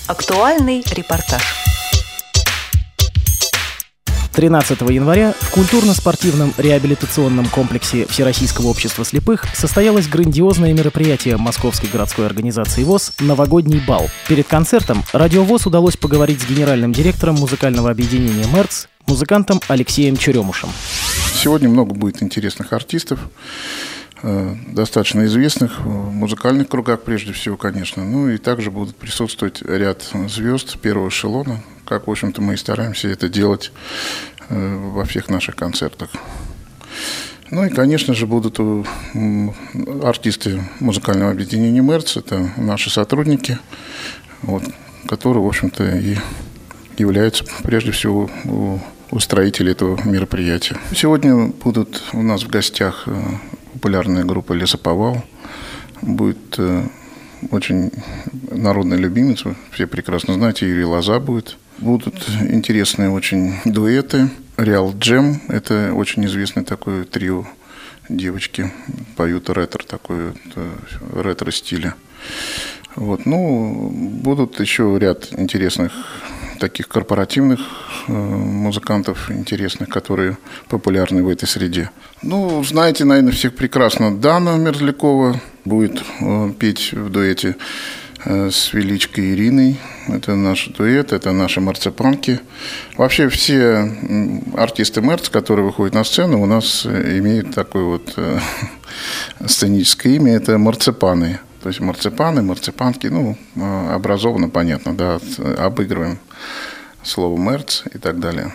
Актуальный репортаж. 13 января в культурно-спортивном реабилитационном комплексе Всероссийского общества слепых состоялось грандиозное мероприятие Московской городской организации ВОС «Новогодний бал». Перед концертом Радио ВОС удалось поговорить с генеральным директором музыкального объединения «МЕРЦ», музыкантом Алексеем Черемушем. Сегодня много будет интересных артистов, достаточно известных в музыкальных кругах прежде всего, конечно. Ну и также будут присутствовать ряд звезд первого эшелона, как, в общем-то, мы и стараемся это делать во всех наших концертах. Ну и, конечно же, будут артисты музыкального объединения «МЕРЦ», это наши сотрудники, которые, в общем-то, и являются прежде всего устроители этого мероприятия. Сегодня будут у нас в гостях популярная группа «Лесоповал». Будет очень народный любимец, все прекрасно знаете, Юрий Лоза будет. Будут интересные очень дуэты. Реал Джем, это очень известный такой трио. Девочки поют ретро-стиля. Будут еще ряд интересных таких корпоративных музыкантов интересных, которые популярны в этой среде. Знаете, наверное, всех прекрасно. Дана Мерзлякова будет петь в дуэте с Величкой Ириной. Это наш дуэт, это наши марципанки. Вообще все артисты МЕРЦ, которые выходят на сцену, у нас имеют такое сценическое имя, это марципаны. То есть марципаны, марципанки, образованно, понятно, да, обыгрываем слово «МЕРЦ» и так далее.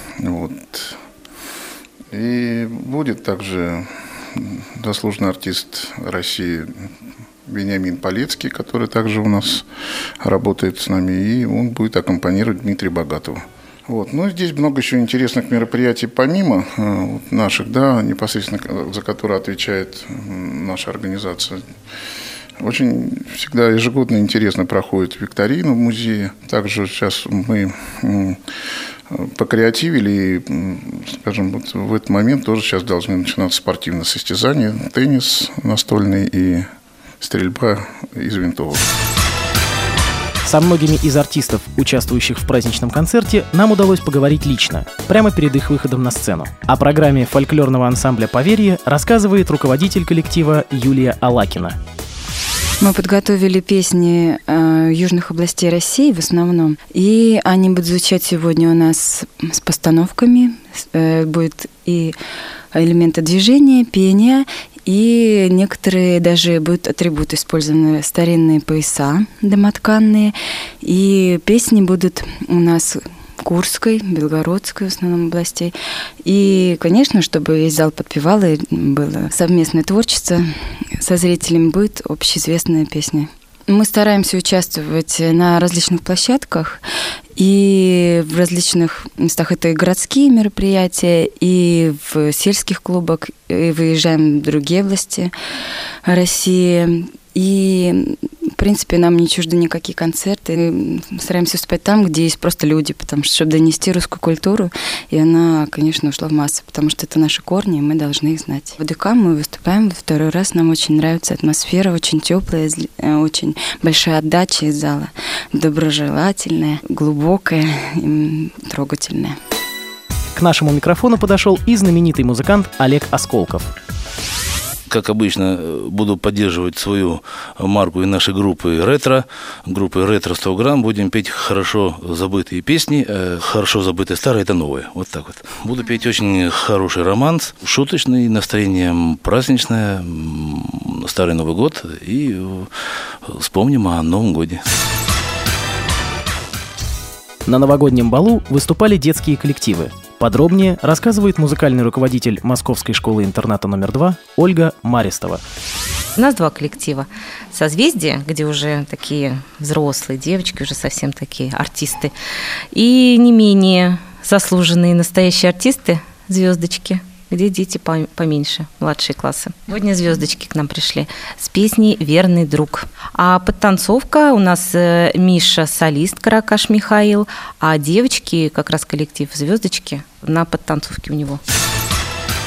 И будет также заслуженный артист России Вениамин Полецкий, который также у нас работает с нами, и он будет аккомпанировать Дмитрия Богатова. Здесь много еще интересных мероприятий, помимо наших, да, непосредственно за которые отвечает наша организация. Очень всегда ежегодно интересно проходит викторина в музее. Также сейчас мы покреативили, и, скажем, в этот момент тоже сейчас должны начинаться спортивные состязания, теннис настольный и стрельба из винтовок. Со многими из артистов, участвующих в праздничном концерте, нам удалось поговорить лично, прямо перед их выходом на сцену. О программе фольклорного ансамбля «Поверье» рассказывает руководитель коллектива Юлия Алакина. Мы подготовили песни южных областей России в основном, и они будут звучать сегодня у нас с постановками. Будет и элементы движения, пения, и некоторые даже будут атрибуты использованы, старинные пояса домотканные, и песни будут у нас Курской, Белгородской в основном областей. И, конечно, чтобы весь зал подпевал, и было совместное творчество со зрителями, будет общеизвестная песня. Мы стараемся участвовать на различных площадках и в различных местах. Это и городские мероприятия, и в сельских клубах, и выезжаем в другие области России. И, в принципе, нам не чужды никакие концерты. Стараемся выступать там, где есть просто люди, потому что, чтобы донести русскую культуру, и она, конечно, ушла в массы, потому что это наши корни, и мы должны их знать. В ДК мы выступаем второй раз, нам очень нравится атмосфера, очень теплая, очень большая отдача из зала, доброжелательная, глубокая и трогательная. К нашему микрофону подошел и знаменитый музыкант Олег Осколков. Как обычно, буду поддерживать свою марку и нашей группы «Ретро». Группой «Ретро» 100 грамм. Будем петь хорошо забытые песни. Хорошо забытые старые – это новые. Вот так вот. Буду петь очень хороший романс, шуточный, настроение праздничное, Старый Новый год. И вспомним о Новом годе. На новогоднем балу выступали детские коллективы. Подробнее рассказывает музыкальный руководитель Московской школы-интерната номер 2 Ольга Маристова. У нас два коллектива. «Созвездие», где уже такие взрослые девочки, уже совсем такие артисты. И не менее заслуженные настоящие артисты «Звездочки», где дети поменьше, младшие классы. Сегодня звездочки к нам пришли с песней «Верный друг». А подтанцовка у нас Миша, солист Каракаш Михаил, а девочки, как раз коллектив «Звездочки», на подтанцовке у него.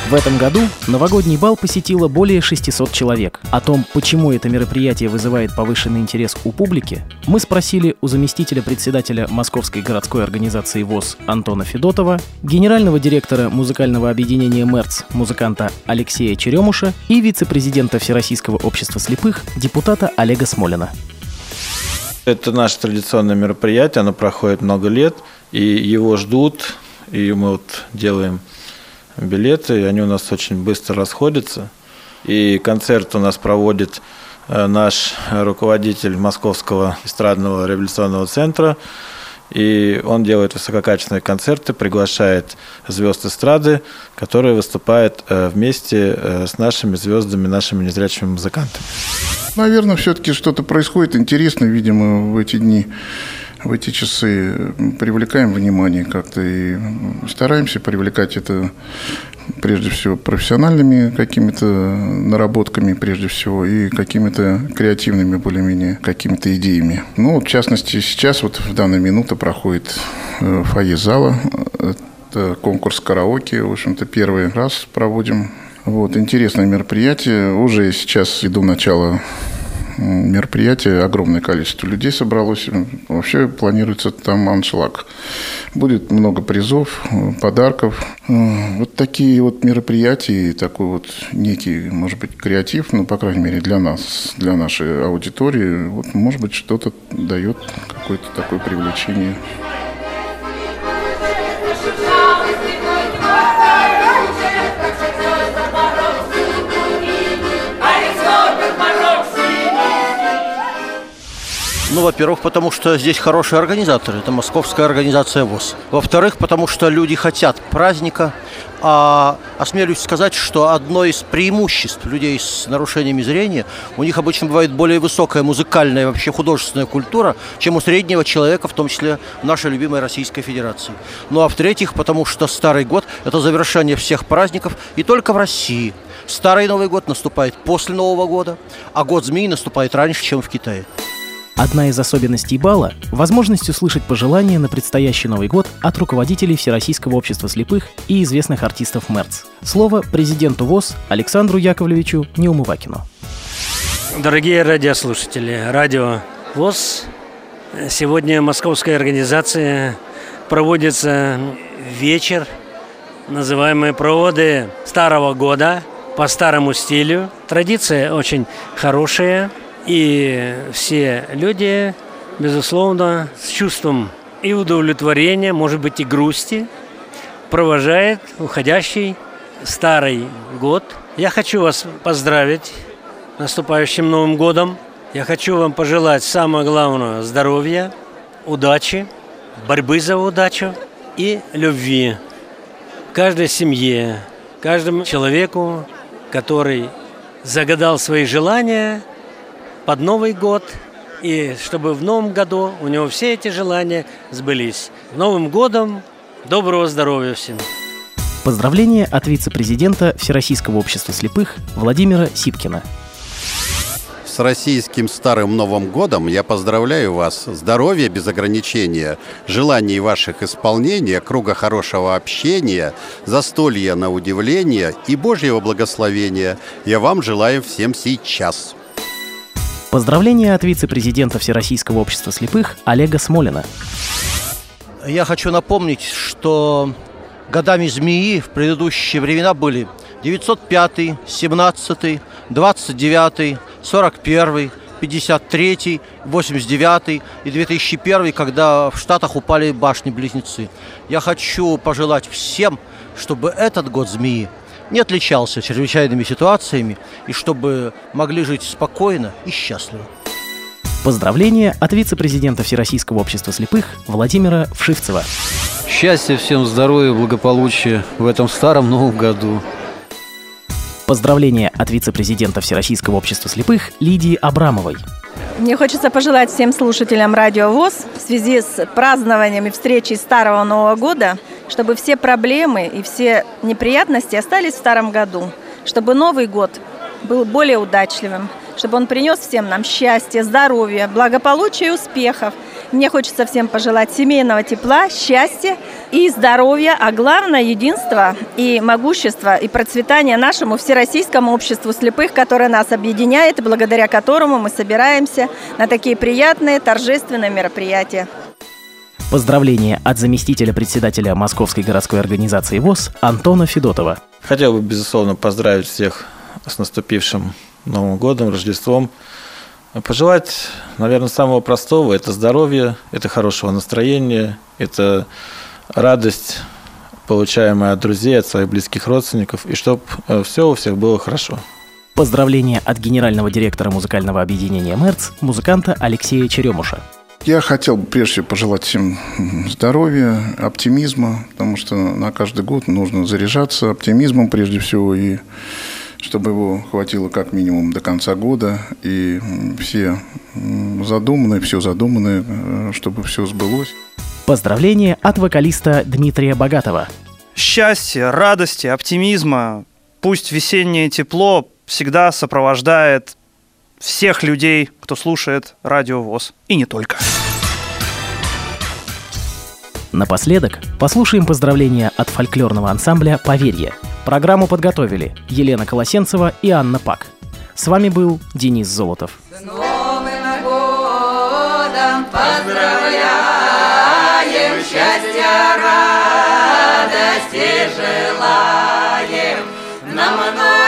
В этом году новогодний бал посетило более 600 человек. О том, почему это мероприятие вызывает повышенный интерес у публики, мы спросили у заместителя председателя Московской городской организации ВОС Антона Федотова, генерального директора музыкального объединения МЕРЦ музыканта Алексея Черемуша и вице-президента Всероссийского общества слепых депутата Олега Смолина. Это наше традиционное мероприятие, оно проходит много лет, и его ждут, и мы делаем билеты, и они у нас очень быстро расходятся. И концерт у нас проводит наш руководитель Московского эстрадного реабилитационного центра. И он делает высококачественные концерты, приглашает звезд эстрады, которые выступают вместе с нашими звездами, нашими незрячими музыкантами. Наверное, все-таки что-то происходит интересное, видимо, в эти дни. В эти часы привлекаем внимание как-то и стараемся привлекать это прежде всего профессиональными какими-то наработками, прежде всего, и какими-то креативными более-менее какими-то идеями. Ну, в частности, сейчас в данную минуту проходит фойе зала. Это конкурс караоке, в общем-то, первый раз проводим. Интересное мероприятие. Уже сейчас, до начала мероприятие, огромное количество людей собралось. Вообще планируется там аншлаг. Будет много призов, подарков. Такие мероприятия, такой некий, может быть, креатив, по крайней мере, для нас, для нашей аудитории, может быть, что-то дает какое-то такое привлечение. Во-первых, потому что здесь хорошие организаторы, это московская организация ВОС. Во-вторых, потому что люди хотят праздника, а осмелюсь сказать, что одно из преимуществ людей с нарушениями зрения, у них обычно бывает более высокая музыкальная и вообще художественная культура, чем у среднего человека, в том числе в нашей любимой Российской Федерации. А в-третьих, потому что Старый год – это завершение всех праздников, и только в России. Старый Новый год наступает после Нового года, а год змеи наступает раньше, чем в Китае. Одна из особенностей бала – возможность услышать пожелания на предстоящий Новый год от руководителей Всероссийского общества слепых и известных артистов МЕРЦ. Слово президенту ВОС Александру Яковлевичу Неумывакину. Дорогие радиослушатели, радио ВОС, сегодня московская организация проводится вечер, называемый «Проводы Старого года» по старому стилю. Традиция очень хорошая. И все люди, безусловно, с чувством и удовлетворения, может быть, и грусти, провожают уходящий Старый год. Я хочу вас поздравить с наступающим Новым годом. Я хочу вам пожелать самое главное – здоровья, удачи, борьбы за удачу и любви. Каждой семье, каждому человеку, который загадал свои желания – под Новый год, и чтобы в Новом году у него все эти желания сбылись. С Новым годом! Доброго здоровья всем! Поздравления от вице-президента Всероссийского общества слепых Владимира Сипкина. С российским Старым Новым годом я поздравляю вас. Здоровья без ограничения, желаний ваших исполнения, круга хорошего общения, застолья на удивление и Божьего благословения. Я вам желаю всем сейчас. Поздравления от вице-президента Всероссийского общества слепых Олега Смолина. Я хочу напомнить, что годами змеи в предыдущие времена были 905, 17, 29, 41, 53, 89 и 2001, когда в Штатах упали башни-близнецы. Я хочу пожелать всем, чтобы этот год змеи не отличался чрезвычайными ситуациями и чтобы могли жить спокойно и счастливо. Поздравления от вице-президента Всероссийского общества слепых Владимира Вшивцева. Счастья всем, здоровья, благополучия в этом Старом Новом году. Поздравления от вице-президента Всероссийского общества слепых Лидии Абрамовой. Мне хочется пожелать всем слушателям Радио ВОС в связи с празднованием и встречей Старого Нового года, чтобы все проблемы и все неприятности остались в Старом году, чтобы Новый год был более удачливым, чтобы он принес всем нам счастье, здоровье, благополучие и успехов. Мне хочется всем пожелать семейного тепла, счастья и здоровья, а главное – единства и могущества и процветания нашему Всероссийскому обществу слепых, которое нас объединяет и благодаря которому мы собираемся на такие приятные торжественные мероприятия. Поздравления от заместителя председателя Московской городской организации ВОС Антона Федотова. Хотел бы, безусловно, поздравить всех с наступившим Новым годом, Рождеством. Пожелать, наверное, самого простого – это здоровья, это хорошего настроения, это радость, получаемая от друзей, от своих близких родственников, и чтобы все у всех было хорошо. Поздравления от генерального директора музыкального объединения «МЭРЦ» музыканта Алексея Черемуша. Я хотел бы прежде всего пожелать всем здоровья, оптимизма, потому что на каждый год нужно заряжаться оптимизмом прежде всего, и чтобы его хватило как минимум до конца года, и все задуманное, чтобы все сбылось. Поздравления от вокалиста Дмитрия Богатова. Счастья, радости, оптимизма. Пусть весеннее тепло всегда сопровождает всех людей, кто слушает Радио ВОС. И не только. Напоследок послушаем поздравления от фольклорного ансамбля «Поверье». Программу подготовили Елена Колосенцева и Анна Пак. С вами был Денис Золотов. С Новым годом поздравляем, счастья, радости желаем, нам много